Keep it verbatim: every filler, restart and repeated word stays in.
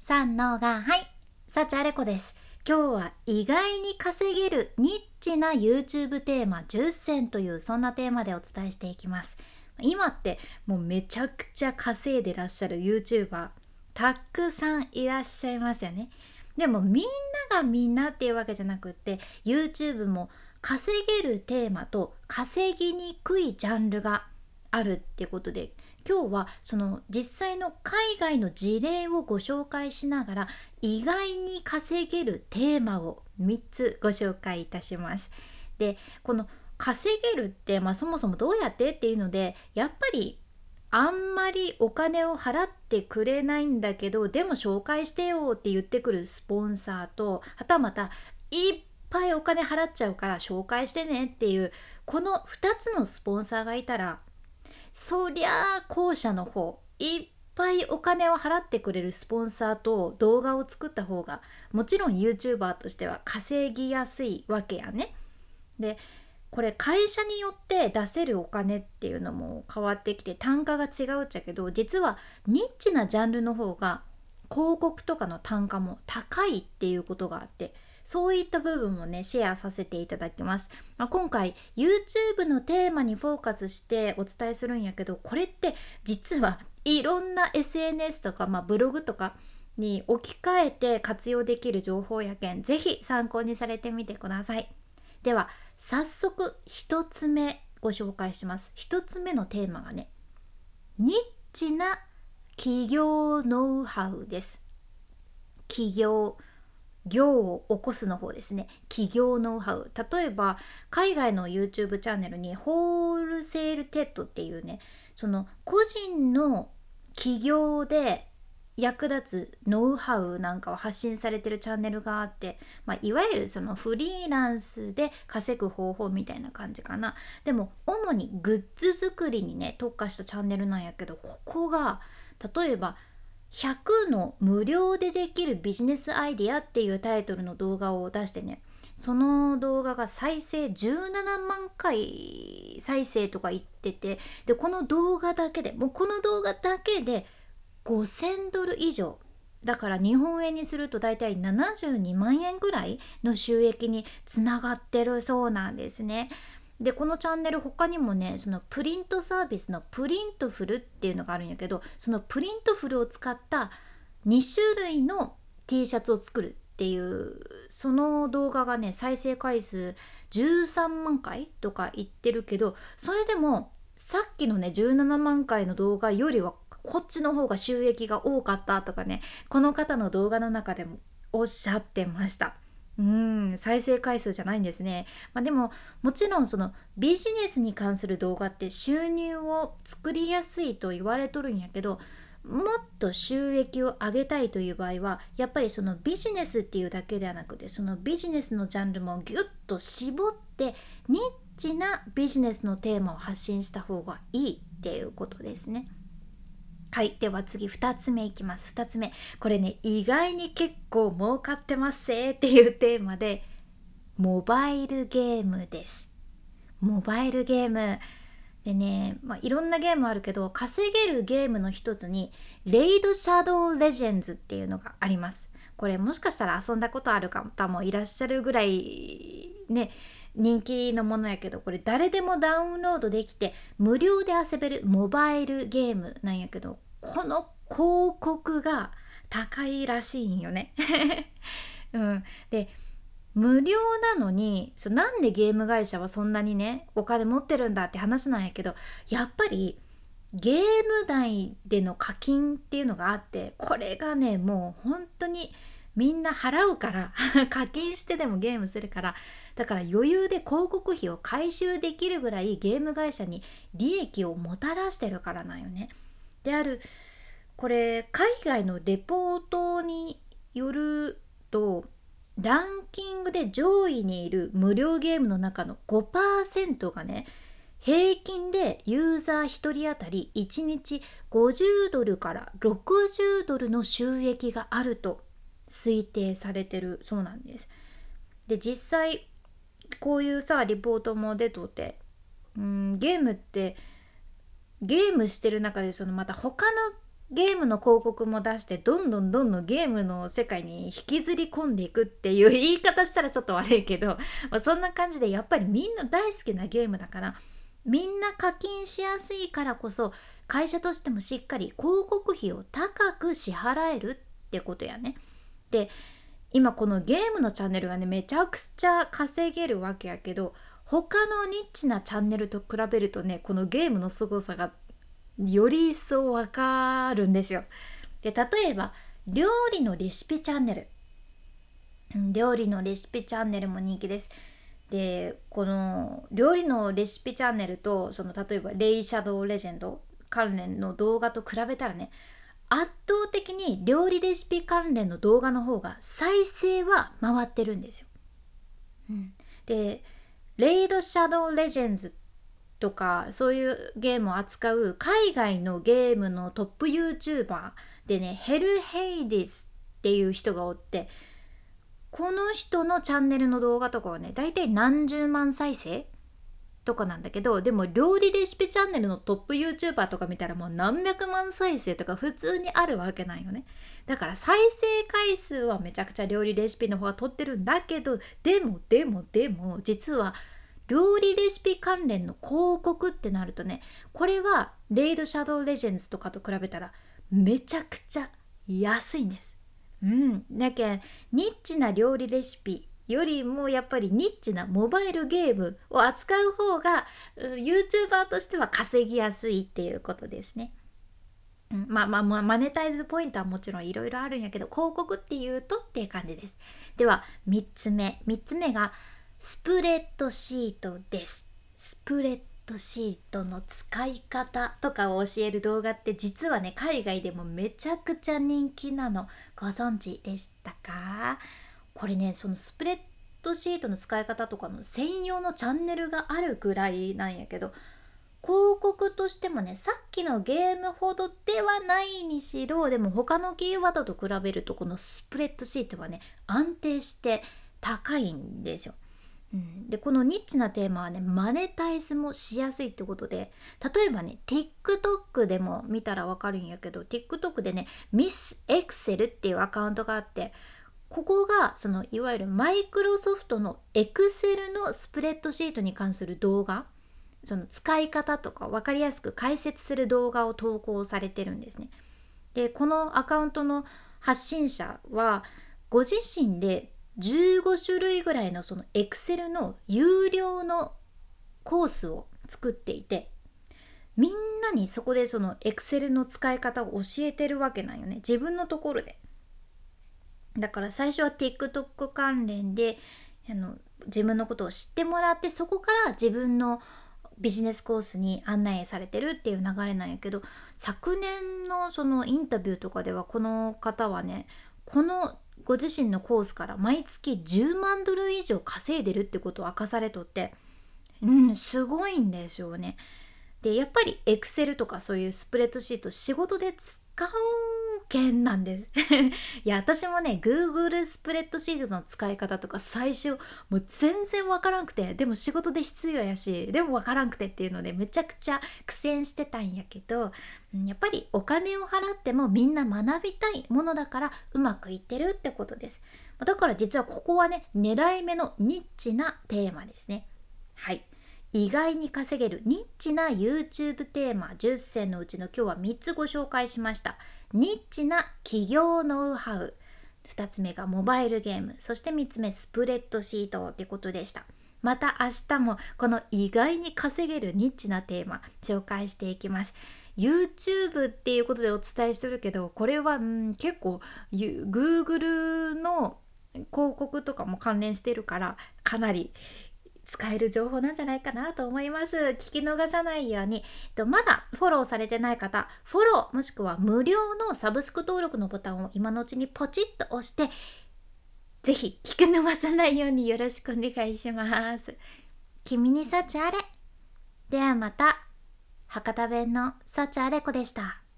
さんのがはい、幸あれ子です。今日は意外に稼げるニッチな YouTube テーマじゅっせんというそんなテーマでお伝えしていきます。今ってもうめちゃくちゃ稼いでらっしゃる YouTuber たくさんいらっしゃいますよね。でもみんながみんなっていうわけじゃなくって YouTube も稼げるテーマと稼ぎにくいジャンルがあるっていうことで、今日はその実際の海外の事例をご紹介しながら意外に稼げるテーマをみっつご紹介いたします。で、この稼げるって、まあ、そもそもどうやってっていうので、やっぱりあんまりお金を払ってくれないんだけど、でも紹介してよって言ってくるスポンサーと、はたまたいっぱいお金払っちゃうから紹介してねっていうこのふたつのスポンサーがいたら、そりゃあ後者の方、いっぱいお金を払ってくれるスポンサーと動画を作った方がもちろん YouTuber としては稼ぎやすいわけやね。で、これ会社によって出せるお金っていうのも変わってきて単価が違うっちゃけど、実はニッチなジャンルの方が広告とかの単価も高いっていうことがあって、そういった部分をねシェアさせていただきます。まあ、今回 YouTube のテーマにフォーカスしてお伝えするんやけど、これって実はいろんな エスエヌエス とか、まあ、ブログとかに置き換えて活用できる情報やけん、ぜひ参考にされてみてください。では早速ひとつめご紹介します。ひとつめのテーマがね、ニッチな起業ノウハウです。起業業を起こすの方ですね。起業ノウハウ。例えば海外の YouTube チャンネルにホールセールテッドっていうね、その個人の起業で役立つノウハウなんかを発信されてるチャンネルがあって、まあ、いわゆるそのフリーランスで稼ぐ方法みたいな感じかな。でも主にグッズ作りにね特化したチャンネルなんやけど、ここが例えばひゃくの無料でできるビジネスアイディアっていうタイトルの動画を出してね、その動画が再生じゅうななまんかい再生とか言ってて、でこの動画だけでもうこの動画だけでごせんドル以上だから、日本円にするとだいたいななじゅうにまんえんぐらいの収益につながってるそうなんですね。でこのチャンネル他にもね、そのプリントサービスのプリントフルっていうのがあるんやけど、そのプリントフルを使ったにしゅるいの T シャツを作るっていうその動画がね再生回数じゅうさんまんかいとか言ってるけど、それでもさっきのねじゅうななまんかいの動画よりはこっちの方が収益が多かったとかね、この方の動画の中でもおっしゃってました。うん、再生回数じゃないんですね。まあ、でももちろんそのビジネスに関する動画って収入を作りやすいと言われとるんやけど、もっと収益を上げたいという場合はやっぱりそのビジネスっていうだけではなくて、そのビジネスのジャンルもギュッと絞ってニッチなビジネスのテーマを発信した方がいいっていうことですね。はい、では次ふたつめいきます。ふたつめ、これね意外に結構儲かってますせっていうテーマで、モバイルゲームです。モバイルゲームでね、まあ、いろんなゲームあるけど、稼げるゲームの一つにレイドシャドウレジェンズっていうのがあります。これもしかしたら遊んだことある方もいらっしゃるぐらいね人気のものやけど、これ誰でもダウンロードできて無料で遊べるモバイルゲームなんやけど、この広告が高いらしいんよね、うん、で無料なのにそなんでゲーム会社はそんなにねお金持ってるんだって話なんやけど、やっぱりゲーム内での課金っていうのがあって、これがねもう本当にみんな払うから課金してでもゲームするから、だから余裕で広告費を回収できるぐらいゲーム会社に利益をもたらしてるからなんよね。であるこれ海外のレポートによると、ランキングで上位にいる無料ゲームの中の ごパーセント がね、平均でユーザーひとり当たりいちにちごじゅうドルからろくじゅうドルの収益があると推定されてるそうなんです。で実際こういうさリポートも出とって、うんゲームってゲームしてる中でそのまた他のゲームの広告も出してどんどんどんどんゲームの世界に引きずり込んでいくっていう言い方したらちょっと悪いけど、まあ、そんな感じでやっぱりみんな大好きなゲームだから、みんな課金しやすいからこそ会社としてもしっかり広告費を高く支払えるってことやね。で今このゲームのチャンネルがねめちゃくちゃ稼げるわけやけど、他のニッチなチャンネルと比べるとねこのゲームの凄さがより一層わかるんですよ。で例えば料理のレシピチャンネル、料理のレシピチャンネルも人気です。でこの料理のレシピチャンネルとその例えばレイシャドウレジェンド関連の動画と比べたらね、圧倒的に料理レシピ関連の動画の方が再生は回ってるんですよ。うん、でレイドシャドウレジェンズとかそういうゲームを扱う海外のゲームのトップ YouTuber でね、ヘルヘイディスっていう人がおって、この人のチャンネルの動画とかはねだいたい何十万再生とかなんだけど、でも料理レシピチャンネルのトップ YouTuber とか見たらもう何百万再生とか普通にあるわけないよね。だから再生回数はめちゃくちゃ料理レシピの方が取ってるんだけど、でもでもでも実は料理レシピ関連の広告ってなるとね、これはレイドシャドウレジェンズとかと比べたらめちゃくちゃ安いんです。うん、だけんニッチな料理レシピよりもやっぱりニッチなモバイルゲームを扱う方が、うん、YouTuber としては稼ぎやすいっていうことですね。うん、まあまあまあマネタイズポイントはもちろんいろいろあるんやけど、広告っていうとっていう感じです。ではみっつめみっつめがスプレッドシートです。スプレッドシートの使い方とかを教える動画って実はね海外でもめちゃくちゃ人気なのご存知でしたか？これねそのスプレッドシートの使い方とかの専用のチャンネルがあるぐらいなんやけど、広告としてもねさっきのゲームほどではないにしろ、でも他のキーワードと比べるとこのスプレッドシートはね安定して高いんですよ。うん、でこのニッチなテーマはねマネタイズもしやすいってことで、例えばね TikTok でも見たらわかるんやけど、 TikTok でねミスエクセルっていうアカウントがあって、ここがそのいわゆるマイクロソフトのエクセルのスプレッドシートに関する動画、その使い方とか分かりやすく解説する動画を投稿されてるんですね。でこのアカウントの発信者はご自身でじゅうごしゅるいぐらいのその Excel の有料のコースを作っていて、みんなにそこでその Excel の使い方を教えてるわけなんよね、自分のところで。だから最初は TikTok 関連であの自分のことを知ってもらって、そこから自分のビジネスコースに案内されてるっていう流れなんやけど、昨年のそのインタビューとかではこの方はね、このご自身のコースから毎月じゅうまんドル以上稼いでるってことを明かされとって、うんすごいんですよね。でやっぱり Excel とかそういうスプレッドシート仕事で使う件なんですいや私もね Google スプレッドシートの使い方とか最初もう全然わからんくて、でも仕事で必要やしでもわからんくてっていうのでめちゃくちゃ苦戦してたんやけど、やっぱりお金を払ってもみんな学びたいものだからうまくいってるってことです。だから実はここはね狙い目のニッチなテーマですね。はい、意外に稼げるニッチな YouTube テーマじゅっせんのうちの今日はみっつご紹介しました。ニッチな企業ノウハウ、ふたつめがモバイルゲーム、そしてみっつめスプレッドシートってことでした。また明日もこの意外に稼げるニッチなテーマ紹介していきます。 YouTube っていうことでお伝えしてるけど、これはん結構 Google の広告とかも関連してるからかなり使える情報なんじゃないかなと思います。聞き逃さないように、まだフォローされてない方、フォローもしくは無料のサブスク登録のボタンを今のうちにポチッと押して、ぜひ聞き逃さないようによろしくお願いします。君に幸あれ。ではまた。博多弁の幸あれ子でした。